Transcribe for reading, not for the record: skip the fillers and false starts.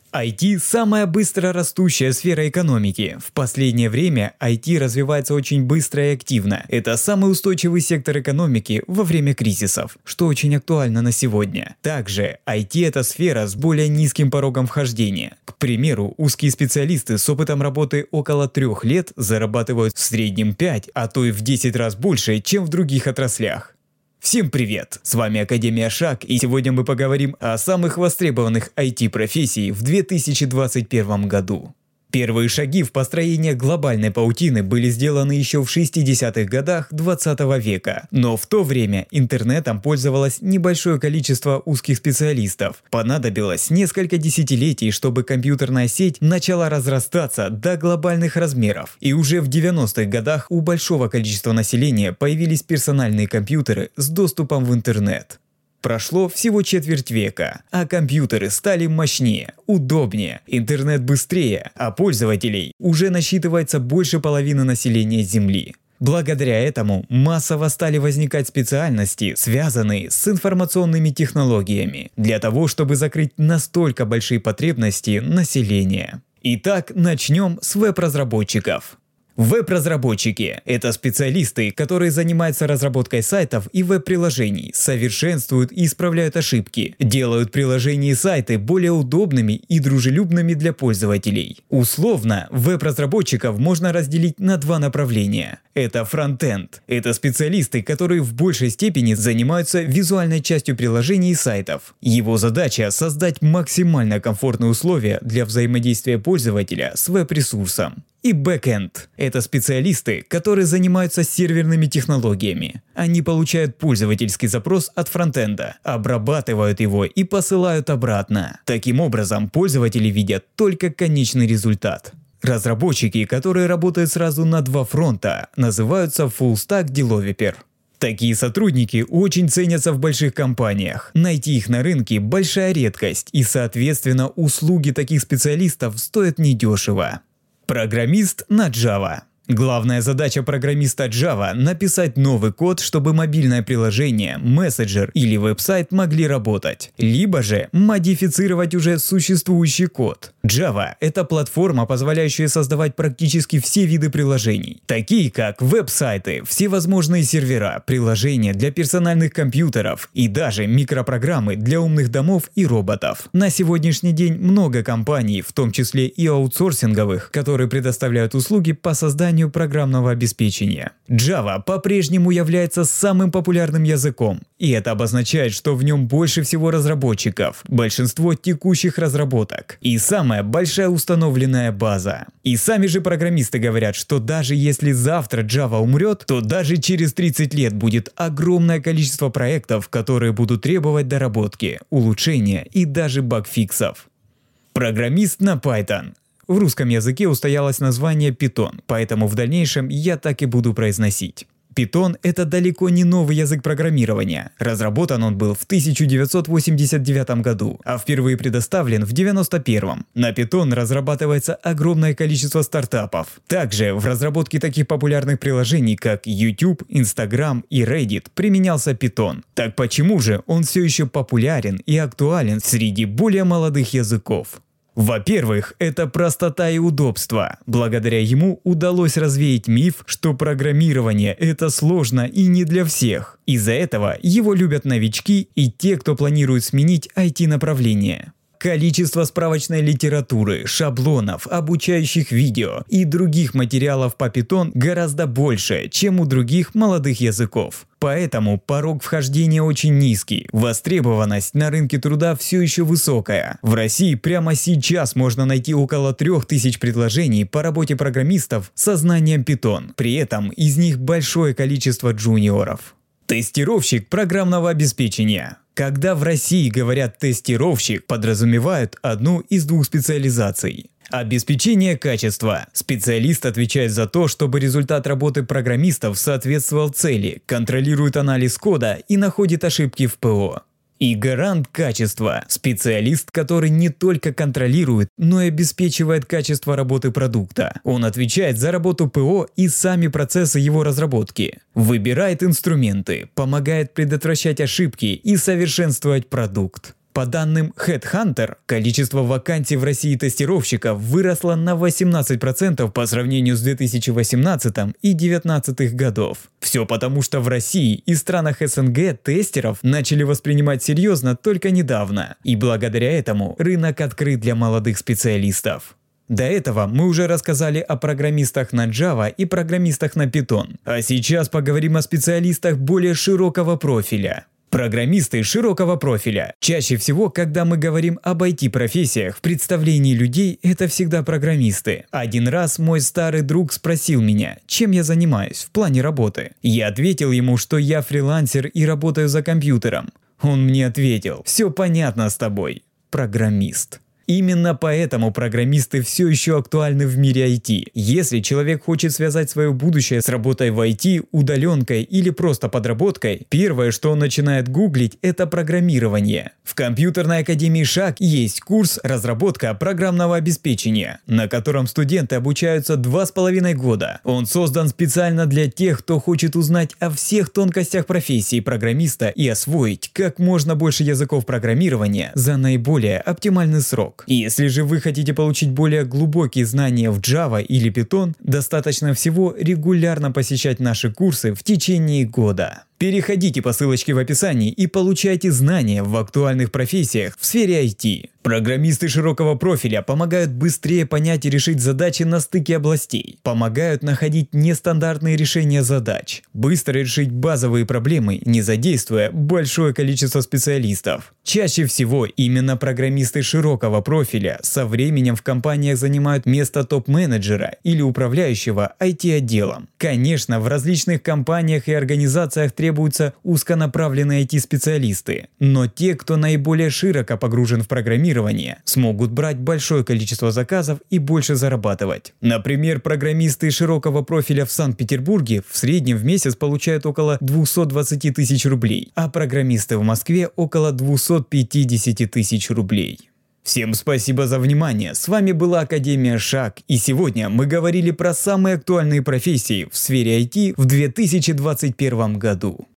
IT – самая быстро растущая сфера экономики. В последнее время IT развивается очень быстро и активно. Это самый устойчивый сектор экономики во время кризисов, что очень актуально на сегодня. Также IT – это сфера с более низким порогом вхождения. К примеру, узкие специалисты с опытом работы около 3 лет зарабатывают в среднем 5, а то и в 10 раз больше, чем в других отраслях. Всем привет! С вами Академия Шаг, и сегодня мы поговорим о самых востребованных IT-профессий в 2021 году. Первые шаги в построении глобальной паутины были сделаны еще в 60-х годах 20 века, но в то время интернетом пользовалось небольшое количество узких специалистов. Понадобилось несколько десятилетий, чтобы компьютерная сеть начала разрастаться до глобальных размеров, и уже в 90-х годах у большого количества населения появились персональные компьютеры с доступом в интернет. Прошло всего четверть века, а компьютеры стали мощнее, удобнее, интернет быстрее, а пользователей уже насчитывается больше половины населения Земли. Благодаря этому массово стали возникать специальности, связанные с информационными технологиями, для того, чтобы закрыть настолько большие потребности населения. Итак, начнем с веб-разработчиков. Веб-разработчики – это специалисты, которые занимаются разработкой сайтов и веб-приложений, совершенствуют и исправляют ошибки, делают приложения и сайты более удобными и дружелюбными для пользователей. Условно, веб-разработчиков можно разделить на два направления. Это фронтенд. Это специалисты, которые в большей степени занимаются визуальной частью приложений и сайтов. Его задача – создать максимально комфортные условия для взаимодействия пользователя с веб-ресурсом. И бэкэнд – это специалисты, которые занимаются серверными технологиями. Они получают пользовательский запрос от фронтенда, обрабатывают его и посылают обратно. Таким образом, пользователи видят только конечный результат. Разработчики, которые работают сразу на два фронта, называются Full Stack Developer. Такие сотрудники очень ценятся в больших компаниях. Найти их на рынке – большая редкость, и, соответственно, услуги таких специалистов стоят недешево. Программист на Java. Главная задача программиста Java – написать новый код, чтобы мобильное приложение, мессенджер или веб-сайт могли работать, либо же модифицировать уже существующий код. Java – это платформа, позволяющая создавать практически все виды приложений, такие как веб-сайты, всевозможные сервера, приложения для персональных компьютеров и даже микропрограммы для умных домов и роботов. На сегодняшний день много компаний, в том числе и аутсорсинговых, которые предоставляют услуги по созданию программного обеспечения. Java по-прежнему является самым популярным языком, и это обозначает, что в нем больше всего разработчиков, большинство текущих разработок и самая большая установленная база. И сами же программисты говорят, что даже если завтра Java умрет, то даже через 30 лет будет огромное количество проектов, которые будут требовать доработки, улучшения и даже багфиксов. Программист на Python. В русском языке устоялось название Python, поэтому в дальнейшем я так и буду произносить. Python – это далеко не новый язык программирования. Разработан он был в 1989 году, а впервые предоставлен в 1991. На Python разрабатывается огромное количество стартапов. Также в разработке таких популярных приложений, как YouTube, Instagram и Reddit, применялся Python. Так почему же он все еще популярен и актуален среди более молодых языков? Во-первых, это простота и удобство. Благодаря ему удалось развеять миф, что программирование – это сложно и не для всех. Из-за этого его любят новички и те, кто планирует сменить IT-направление. Количество справочной литературы, шаблонов, обучающих видео и других материалов по Python гораздо больше, чем у других молодых языков. Поэтому порог вхождения очень низкий, востребованность на рынке труда все еще высокая. В России прямо сейчас можно найти около 3000 предложений по работе программистов со знанием Python. При этом из них большое количество джуниоров. Тестировщик программного обеспечения. Когда в России говорят «тестировщик», подразумевают одну из двух специализаций. Обеспечение качества. Специалист отвечает за то, чтобы результат работы программистов соответствовал цели, контролирует анализ кода и находит ошибки в ПО. И гарант качества – специалист, который не только контролирует, но и обеспечивает качество работы продукта. Он отвечает за работу ПО и сами процессы его разработки. Выбирает инструменты, помогает предотвращать ошибки и совершенствовать продукт. По данным Headhunter, количество вакансий в России тестировщиков выросло на 18% по сравнению с 2018 и 2019 годов. Все потому, что в России и странах СНГ тестеров начали воспринимать серьезно только недавно, и благодаря этому рынок открыт для молодых специалистов. До этого мы уже рассказали о программистах на Java и программистах на Python, а сейчас поговорим о специалистах более широкого профиля. Программисты широкого профиля. Чаще всего, когда мы говорим об IT-профессиях, в представлении людей это всегда программисты. Один раз мой старый друг спросил меня, чем я занимаюсь в плане работы. Я ответил ему, что я фрилансер и работаю за компьютером. Он мне ответил: «Все понятно с тобой, программист». Именно поэтому программисты все еще актуальны в мире IT. Если человек хочет связать свое будущее с работой в IT, удаленкой или просто подработкой, первое, что он начинает гуглить, это программирование. В компьютерной академии ШАГ есть курс «Разработка программного обеспечения», на котором студенты обучаются 2,5 года. Он создан специально для тех, кто хочет узнать о всех тонкостях профессии программиста и освоить как можно больше языков программирования за наиболее оптимальный срок. Если же вы хотите получить более глубокие знания в Java или Python, достаточно всего регулярно посещать наши курсы в течение года. Переходите по ссылочке в описании и получайте знания в актуальных профессиях в сфере IT. Программисты широкого профиля помогают быстрее понять и решить задачи на стыке областей, помогают находить нестандартные решения задач, быстро решить базовые проблемы, не задействуя большое количество специалистов. Чаще всего именно программисты широкого профиля со временем в компаниях занимают место топ-менеджера или управляющего IT-отделом. Конечно, в различных компаниях и организациях требуются узконаправленные IT-специалисты, но те, кто наиболее широко погружен в программирование, смогут брать большое количество заказов и больше зарабатывать. Например, программисты широкого профиля в Санкт-Петербурге в среднем в месяц получают около 220 тысяч рублей, а программисты в Москве около 250 тысяч рублей. Всем спасибо за внимание, с вами была Академия ШАГ, и сегодня мы говорили про самые актуальные профессии в сфере IT в 2021 году.